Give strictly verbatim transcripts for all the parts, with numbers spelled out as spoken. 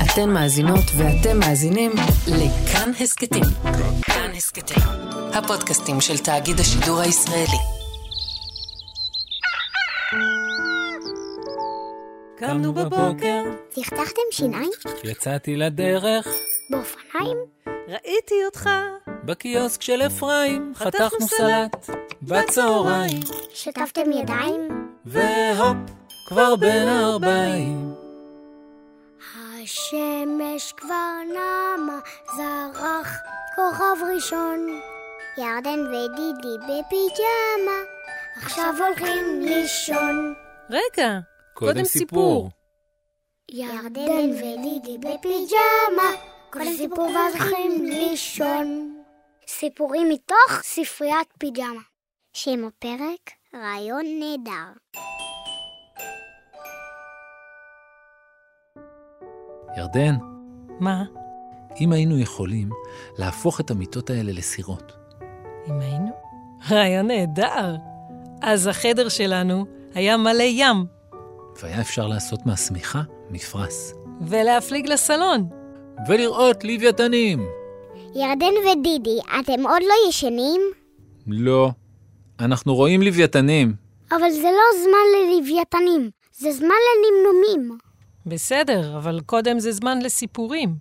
אתן מאזינות ואתם מאזינים לכאן הסקטים. כאן הסקטים, הפודקאסטים של תאגיד השידור הישראלי. קמנו בבוקר, תחתכתם שיניים? יצאתי לדרך, באופניים? ראיתי אותך בקיוסק של אפרים, חתכנו סלט בצהריים, שטפתם ידיים? והופ, כבר בין ארבעים. השמש כבר נמה, זרח כוכב ראשון, ירדן ודידי בפיג'מה, עכשיו הולכים לישון. רגע, קודם, קודם סיפור. ירדן ודידי בפיג'מה, קודם סיפור ואז הולכים לישון. סיפורים מתוך ספריית פיג'מה. שם הפרק, רעיון נהדר. ירדן, מה? אם היינו יכולים להפוך את המיטות האלה לסירות. אם היינו? רעיון נהדר. אז החדר שלנו היה מלא ים. והיה אפשר לעשות מהסמיכה מפרס. ולהפליג לסלון. ולראות לוויתנים. ירדן ודידי, אתם עוד לא ישנים? לא, אנחנו רואים לוויתנים. אבל זה לא זמן ללוויתנים, זה זמן לנמנומים. בסדר, אבל קודם זה זמן לסיפורים.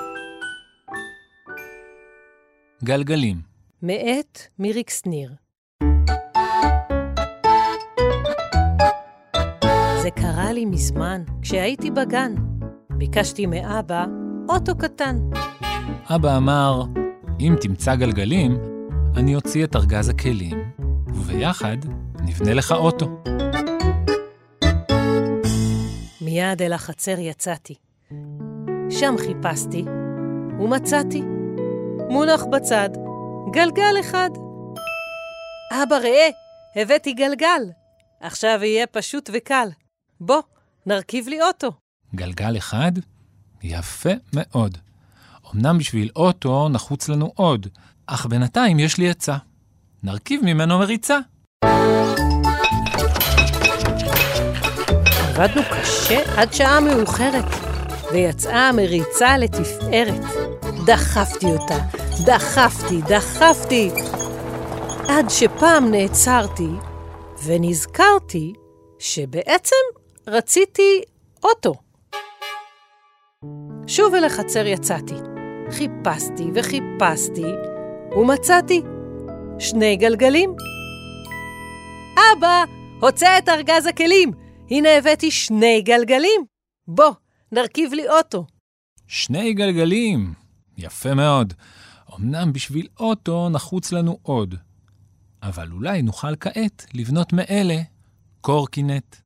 גלגלים. מאת מיריק סניר. זה קרה לי מזמן, כשהייתי בגן. ביקשתי מאבא אוטו קטן. אבא אמר, אם תמצא גלגלים, אני אוציא את ארגז הכלים, וביחד נבנה לך אוטו. מיד אל החצר יצאתי. שם חיפשתי ומצאתי. מונח בצד, גלגל אחד. אבא ראה, הבאתי גלגל. עכשיו יהיה פשוט וקל. בוא, נרכיב לי אוטו. גלגל אחד? יפה מאוד. אמנם בשביל אוטו נחוץ לנו עוד, אך בינתיים יש לי עצה. נרכיב ממנו מריצה. עבדנו קשה עד שעה מאוחרת, ויצאה המריצה לתפארת. דחפתי אותה, דחפתי, דחפתי, עד שפעם נעצרתי, ונזכרתי שבעצם רציתי אוטו. שוב אל החצר יצאתי, חיפשתי וחיפשתי, ומצאתי שני גלגלים. אבא, הוצא את ארגז הכלים, הנה הבאתי שני גלגלים. בוא, נרכיב לי אוטו. שני גלגלים, יפה מאוד. אמנם בשביל אוטו נחוץ לנו עוד, אבל אולי נוכל כעת לבנות מאלה קורקינט.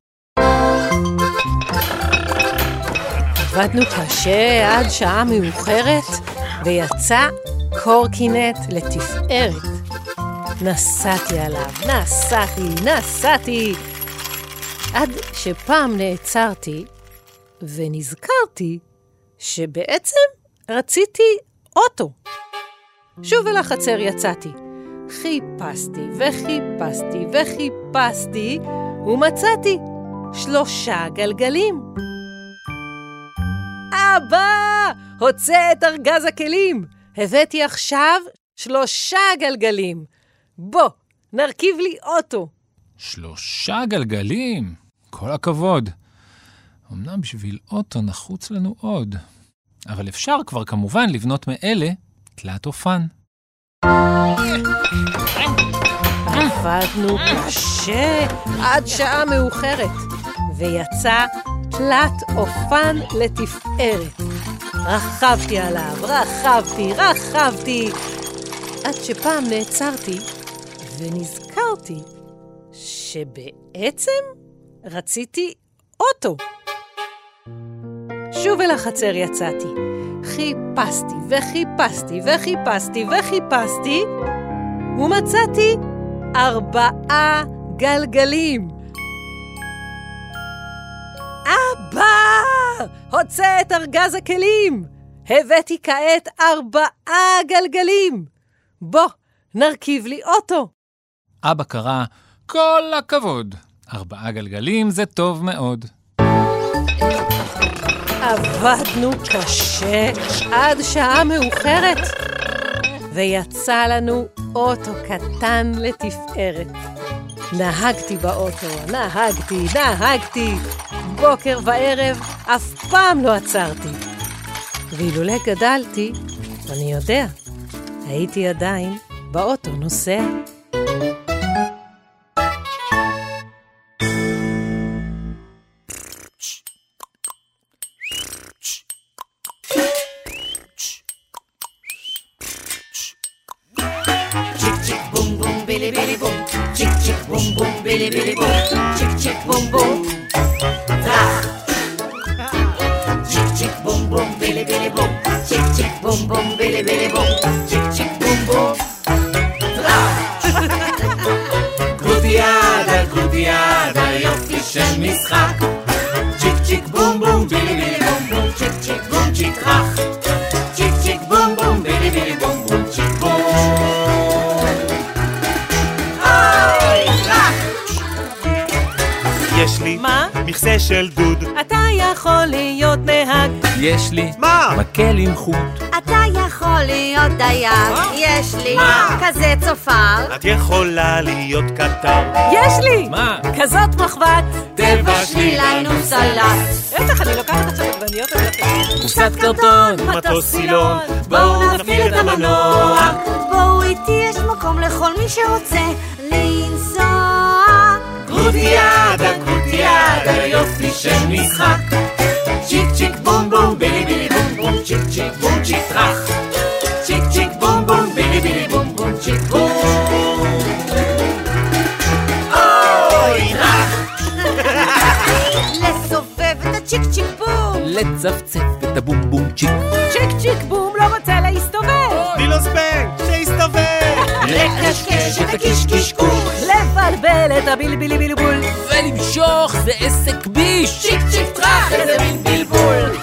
עבדנו קשה עד שעה מאוחרת, ויצא קורקינט לתפארת. נסעתי עליו, נסעתי, נסעתי, עד שפעם נעצרתי, ונזכרתי שבעצם רציתי אוטו. שוב אל החצר יצאתי. חיפשתי וחיפשתי וחיפשתי, ומצאתי שלושה גלגלים. אבא, הוצא את ארגז הכלים. הבאתי עכשיו שלושה גלגלים. בוא, נרכיב לי אוטו. שלושה גלגלים? כל הכבוד. אמנם בשביל אוטו נחוץ לנו עוד, אבל אפשר כבר כמובן לבנות מאלה תלת אופן. עבדנו קשה עד שעה מאוחרת, ויצא תלת אופן לתפארת. רכבתי עליו, רכבתי, רכבתי, עד שפעם נעצרתי, ונזכרתי שבעצם רציתי אוטו. שוב אל החצר יצאתי. חיפשתי וחיפשתי וחיפשתי וחיפשתי, ומצאתי ארבעה גלגלים. אבא, הוצא את ארגז הכלים. הבאתי כעת ארבעה גלגלים. בוא, נרכיב לי אוטו. אבא קרא, כל הכבוד. ארבעה גלגלים זה טוב מאוד. עבדנו קשה עד שעה מאוחרת, ויצא לנו אוטו קטן לתפארת. נהגתי באוטו, נהגתי, נהגתי, בוקר וערב, אף פעם לא עצרתי. ואילולא גדלתי, אני יודע, הייתי עדיין באוטו נוסע. Billy billy boom, chick chick boom boom, billy billy boom, chick chick boom boom, drach. Chick chick boom boom, billy billy boom, chick chick boom boom, billy billy boom, chick chick boom boom, drach. גרודיאדה, גרודיאדה, יופי של משחק. chick chick boom boom, billy billy boom boom, chick chick boom, chick drach. chick chick boom boom, billy billy boom boom, chick boom. יש לי מה? מכסה של דוד. אתה יכול להיות נהג. יש לי מה? מקל עם חוט. אתה יכול להיות דייג. יש לי מה? כזה צופר. את יכולה להיות קטר. יש לי! מה? כזאת מחבת. תבשלי לנו סלט. בטח, אני לוקחת עכשיו עגבניות על זה. קופסת קרטון. מטוס סילון. בואו נפעיל את המנוע. בואו איתי, יש מקום לכל מי שרוצה לנסוע. גרודיאדה, גרודיאדה, יופי של משחק. צ'יק צ'יק בום בום, בילי בילי בום בום, צ'יק צ'יק בום צ'יק טרח. צ'יק צ'יק בום בום, בילי בילי בום בום, צ'יק בום. אוי, רך! לסובב את הצ'יק צ'יק בום. לצפצף את הבום בום צ'יק. צ'יק צ'יק בום לא רוצה להסתובב. תני לו ספנג, שיסתובב. לקשקש את הקישקישקוש. לבלבל את הבלבילי בלבול. ולמשוך זה עסק ביש. צ'יק צ'יק טרח, איזה מין בלבול.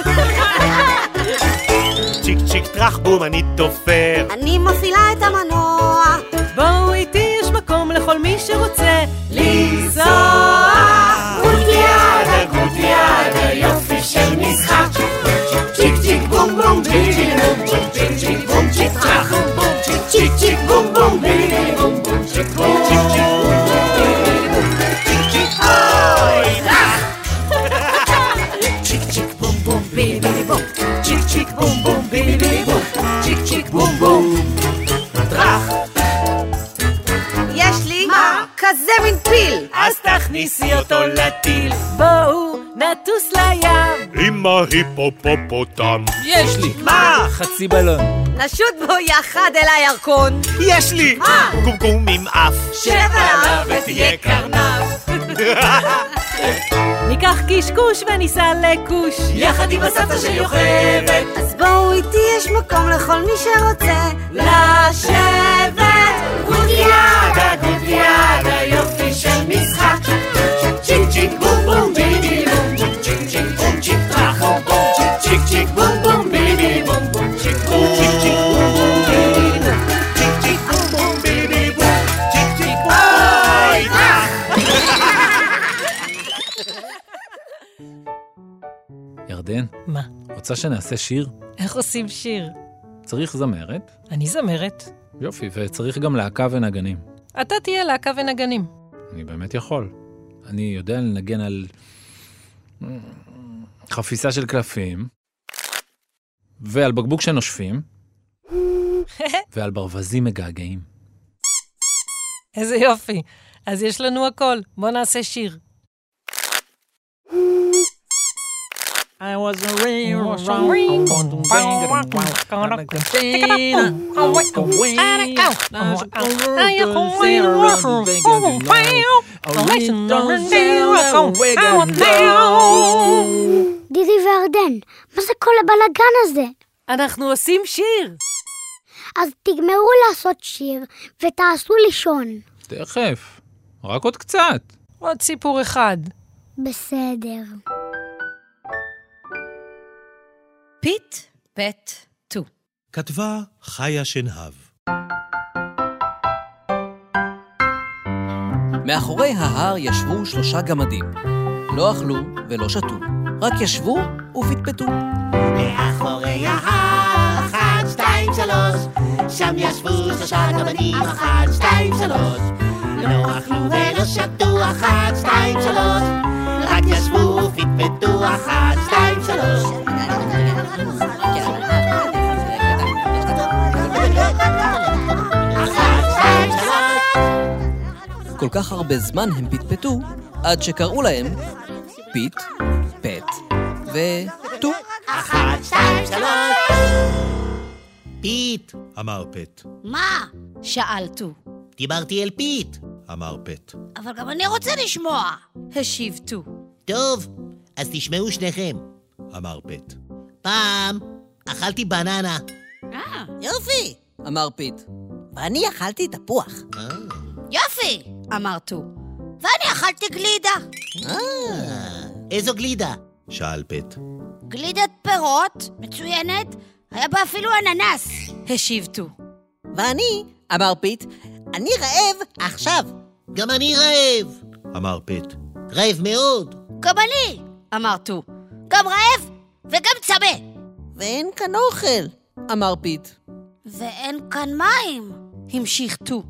צ'יק צ'יק טרח בום, אני תופר. אני מפעילה את המנוע. בואו איתי, יש מקום לכל מי שרוצה לנסוע. גרודיאדה, גרודיאדה, יופי של משחק. צ'יק צ'יק בום בום, צ'יק צ'יק בום בום, צ'יק צ'יק בום צ'יק טרח. צ'יק צ'יק בום בום, בילי בילי בום בום, צ'יק בום. צ'יק צ'יק בום בום, בילי בום, צ'יק צ'יק אוי רך. צ'יק צ'יק בום בום, בילי בילי בום, צ'יק צ'יק בום בום, בילי בילי בום, צ'יק צ'יק בום בום, טרח. יש לי מה? כזה מין פיל. אז תכניסי אותו לטיל. בואו נטוס לים. עם ההיפופופוטם. יש לי מה? חצי בלון. נשוט בו יחד אל הירקון. יש לי מה? קומקום עם אף. שב עליו ותהיה קרנב. ניקח קשקוש וניסע לכוש. יחד עם הסבתא שיוכבת. אז בואו איתי, יש מקום לכל מי שרוצה לשבת. גרודיאדה, גרודיאדה, יופי של משחק. צ'יק צ'יק בום בום, בילי בילי בום בום, צ'יק צ'יק בום צ'יק טרח. צ'יק צ'יק בום בום, בילי בילי בום בום, צ'יק בום. צ'יק צ'יק בום בום, בילי בילי בום, צ'יק צ'יק בום בום, בילי בילי בום, צ'יק צ'יק אוי רך. ירדן, מה? רוצה שנעשה שיר? איך עושים שיר? צריך זמרת. אני זמרת. יופי, וצריך גם להקה ונגנים. אתה תהיה להקה ונגנים. אני באמת יכול. אני יודע לנגן על חפיסה של קלפים, ועל בקבוק שנושפים, ועל ברווזים מגעגעים. איזה יופי. אז יש לנו הכל. בוא נעשה שיר. I was a ring, was a ring, דידי וירדן, מה זה כל הבלגן הזה? אנחנו עושים שיר. אז תגמרו לעשות שיר ותעשו לישון. תכף, רק עוד קצת. עוד סיפור אחד. בסדר. פיט פט טו. כתבה חיה שנהב. מאחורי ההר ישבו שלושה גמדים. לא אכלו ולא שתו, רק ישבו ופטפטו. מאחורי ההר, אחת, שתיים, שלוש, שם ישבו שלושה גמדים, אחת, שתיים, שלוש, לא אכלו ולא שתו, אחת, שתיים, שלוש, רק ישבו ופטפטו, אחת, שתיים, שלוש. כל כך הרבה זמן הם פטפטו, עד שקראו להם פית, פט וטו. אחת, שתיים, שלוש. פית, אמר פט. מה? שאלתו. דיברתי אל פית. אמר פט. אבל גם אני רוצה לשמוע. השיב טו. טוב, אז תשמעו שניכם. אמר פט. פעם אכלתי בננה. אה, יופי, אמר פית. ואני אכלתי תפוח. יופי, אמר טו. ואני אכלתי גלידה. איזו גלידה? שאל פט. גלידת פירות, מצוינת, היה בה אפילו אננס. השיב טו. ואני, אמר פית, אני רעב עכשיו. גם אני רעב. אמר פט. רעב מאוד. גם אני, אמר טו. גם רעב וגם צמא. ואין כאן אוכל, אמר פית. ואין כאן מים. המשיך טו.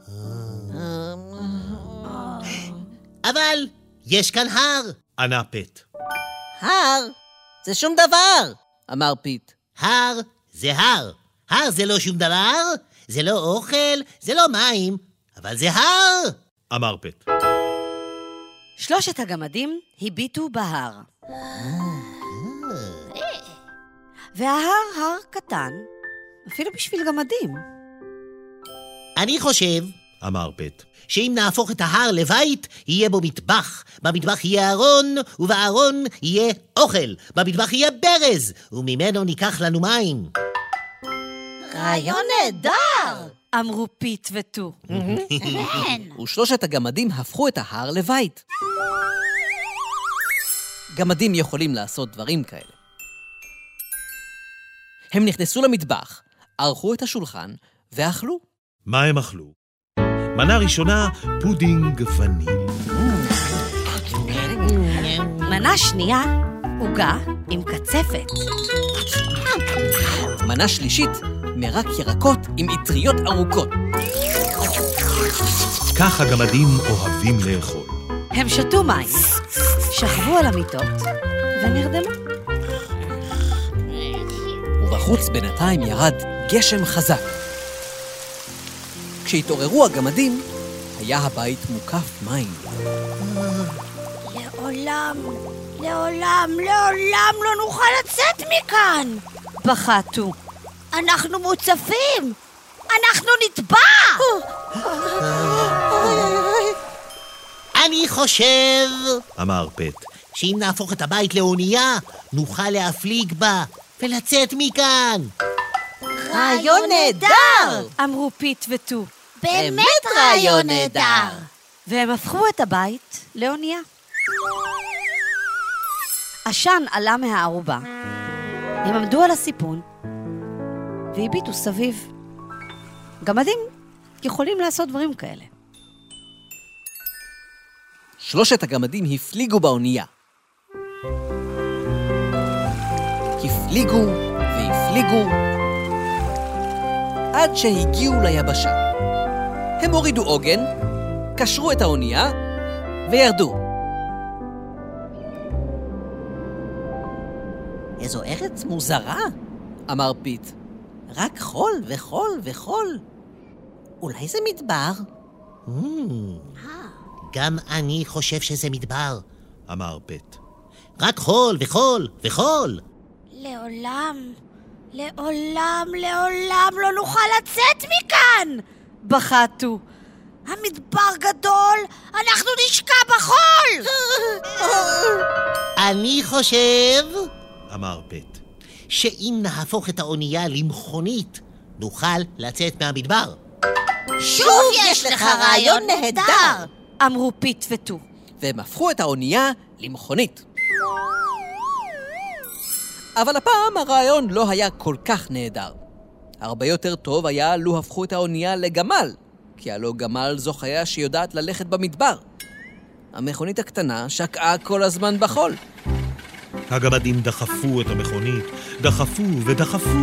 אבל יש כאן הר. ענה פט. הר, זה שום דבר, אמר פית. הר זה הר. הר זה לא שום דבר, זה לא אוכל, זה לא מים, אבל זה הר. אמר פט. שלושת הגמדים הביטו בהר. וההר הר קטן, אפילו בשביל גמדים. אני חושב אמר פט. שאם נהפוך את ההר לבית, יהיה בו מטבח. במטבח יהיה ארון, ובארון יהיה אוכל. במטבח יהיה ברז, וממנו ניקח לנו מים. רעיון נהדר. אמרו פית וטו. כן. ושלושת הגמדים הפכו את ההר לבית. גמדים יכולים לעשות דברים כאלה. הם נכנסו למטבח, ערכו את השולחן ואכלו. מה הם אכלו? מנה ראשונה, פודינג וניל. מנה שנייה, עוגה עם קצפת. מנה שלישית, מרק ירקות עם אטריות ארוכות. כך הגמדים אוהבים לאכול. הם שתו מים, שכבו על המיטות ונרדמו. ובחוץ בינתיים ירד גשם חזק. כשהתעוררו הגמדים, היה הבית מוקף מים. לעולם, לעולם, לעולם לא נוכל לצאת מכאן. בכה טו. אנחנו מוצפים. אנחנו נטבע. אני חושב אמר פט. שאם נהפוך את הבית לאונייה, נוכל להפליג בה ולצאת מכאן. רעיון נהדר. אמרו פית וטו. באמת רעיון נהדר. והם הפכו את הבית לאונייה. עשן עלה מהערובה. הם עמדו על הסיפון והביטו סביב. גמדים יכולים לעשות דברים כאלה. שלושת הגמדים הפליגו באונייה. הפליגו והפליגו עד שהגיעו ליבשה. הם הורידו עוגן, קשרו את האונייה וירדו. איזו ארץ מוזרה, אמר פית. רק חול וחול וחול. אולי זה מדבר? גם אני חושב שזה מדבר. אמר פט. רק חול וחול וחול. לעולם, לעולם, לעולם לא נוכל לצאת מכאן. בכה טו. המדבר גדול, אנחנו נשקע בחול. אני חושב אמר פט. שאם נהפוך את האונייה למכונית, נוכל לצאת מהמדבר. שוב יש לך רעיון נהדר. אמרו פית וטו. והם הפכו את האונייה למכונית. אבל הפעם הרעיון לא היה כל כך נהדר. הרבה יותר טוב היה לו הפכו את האונייה לגמל, כי הלא גמל זו חיה שיודעת ללכת במדבר. המכונית הקטנה שקעה כל הזמן בחול. הגמדים דחפו את המכונית, דחפו ודחפו.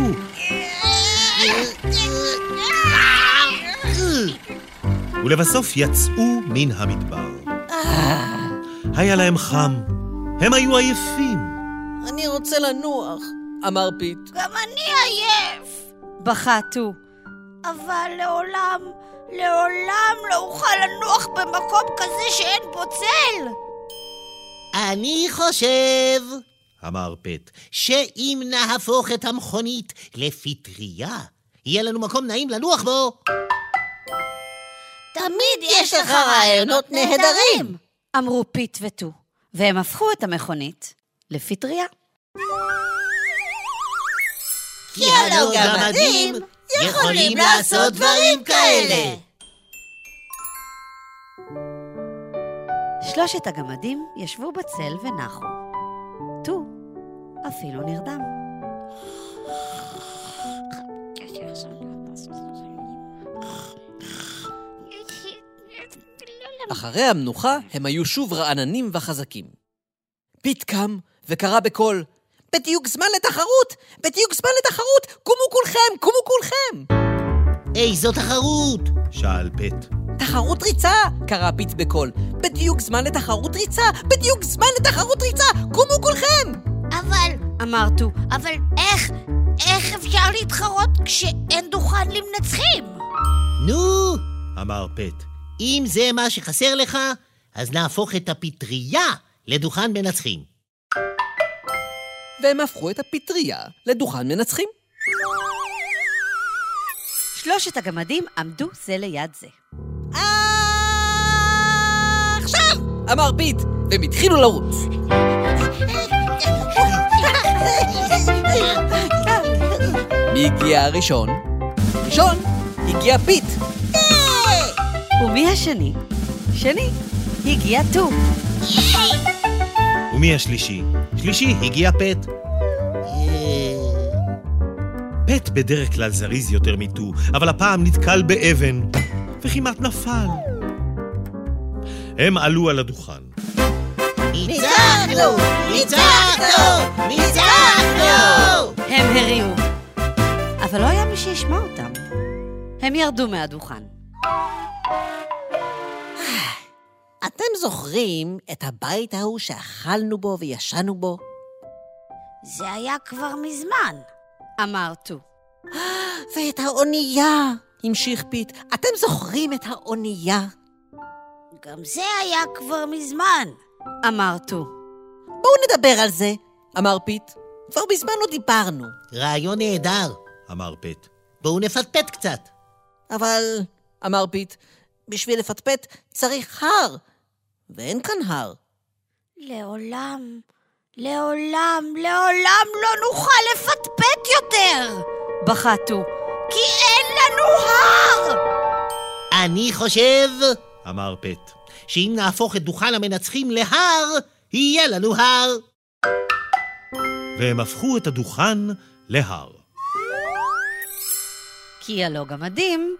ולבסוף יצאו מן המדבר. היה להם חם, הם היו עייפים. אני רוצה לנוח, אמר פיט. גם אני עייף. בכה טו. אבל לעולם, לעולם לא אוכל לנוח במקום כזה שאין בו צל. אני חושב, אמר פט, שאם נהפוך את המכונית לפטריה, יהיה לנו מקום נעים לנוח בו. תמיד יש לך רעיונות נהדרים, אמרו פיט וטו, והם הפכו את המכונית לפטריה. כי הלא גמדים יכולים לעשות דברים כאלה. שלושת הגמדים ישבו בצל ונחו. טו אפילו נרדם. אחרי המנוחה הם היו שוב רעננים וחזקים. פיט קם וקרא בקול, בדיוק זמן לתחרות! בדיוק זמן לתחרות! קומו כולכם! קומו כולכם! איזו תחרות? שאל פט. תחרות ריצה! קרא פיט בקול. בדיוק זמן לתחרות ריצה! בדיוק זמן לתחרות ריצה! קומו כולכם! אבל, אמר טו, אבל איך, איך אפשר להתחרות כשאין דוכן למנצחים? נו, אמר פט, אם זה מה שחסר לך, אז נהפוך את הפטריה לדוכן מנצחים. והם הפכו את הפטריה לדוכן מנצחים. שלושת הגמדים עמדו זה ליד זה. עכשיו! אמר פיט, והם התחילו לרוץ. מי הגיע הראשון? ראשון הגיע פיט. ומי השני? שני הגיע טו. ומי השלישי? שלישי הגיע פט. פט בדרך כלל זריז יותר מטו, אבל הפעם נתקל באבן, וכמעט נפל. הם עלו על הדוכן. ניצחנו! ניצחנו! ניצחנו! הם הריעו. אבל לא היה מי שישמע אותם. הם ירדו מהדוכן. אתם זוכרים את הבית ההוא שאכלנו בו וישנו בו? זה היה כבר מזמן, אמר טו. ואת האונייה, המשיך פיט. אתם זוכרים את האונייה? גם זה היה כבר מזמן, אמר טו. בואו נדבר על זה, אמר פיט. כבר בזמן לא דיברנו. רעיון נהדר, אמר פט. בואו נפטפט קצת. אבל, אמר פיט, בשביל לפטפט צריך הר, ואין כאן הר. לעולם, לעולם, לעולם לא נוכל לפטפט יותר, בכה טו, כי אין לנו הר. אני חושב, אמר פט, שאם נהפוך את דוכן המנצחים להר, יהיה לנו הר. והם הפכו את הדוכן להר. כי הלא גמדים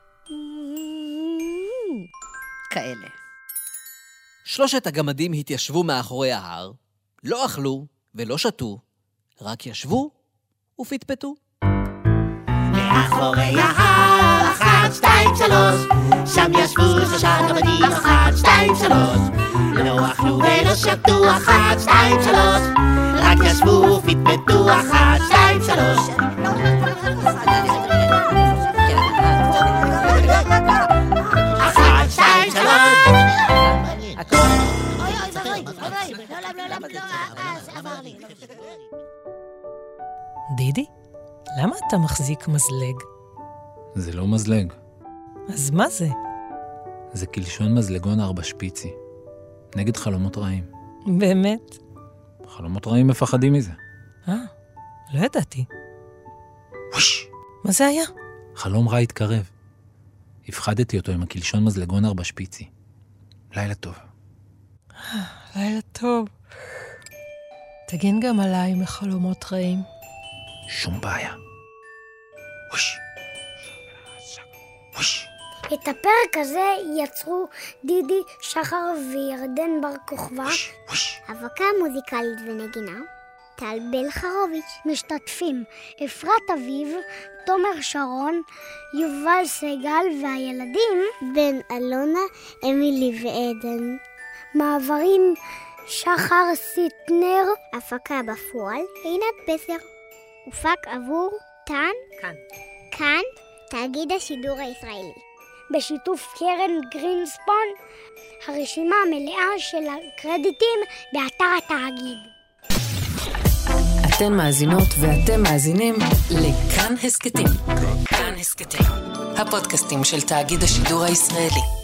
כאלה. שלושת הגמדים התיישבו מאחורי ההר, לא אכלו ולא שתו, רק ישבו ופטפטו. מאחורי ההר, אחת, שתיים, שלוש, שם ישבו שלושה גמדים, אחת, שתיים, שלוש, לא אכלו ולא שתו, אחת, שתיים, שלוש, רק ישבו ופטפטו, אחת, שתיים, שלוש. אחת, שתיים, שלוש. דידי, למה אתה מחזיק מזלג? זה לא מזלג. אז מה זה? זה קלשון מזלגון ארבע שפיצי. נגד חלומות רעים. באמת? חלומות רעים מפחדים מזה. אה, לא ידעתי. ווש! מה זה היה? חלום רע התקרב. הפחדתי אותו עם הקלשון מזלגון ארבע שפיצי. לילה טוב. לילה טוב. תגן גם עליי מחלומות רעים. שום בעיה. ווש! ווש! את הפרק הזה יצרו דידי, שחר וירדן בר כוכבא, הפקה מוזיקלית ונגינה, טל בלחרוביץ'. משתתפים אפרת אביב, תומר שרון, יובל סגל והילדים בן אלונה, אמילי ועדן. מעברים שחר סיטנר. הפקה בפועל עינת בסר. הופק עבור כאן כאן כאן תאגיד השידור הישראלי בשיתוף קרן גרינספון. הרשימה המלאה של הקרדיטים באתר התאגיד. אתן מאזינות ואתם מאזינים לכאן הסקטים. כאן הסקטים, הפודקאסטים של תאגיד השידור הישראלי.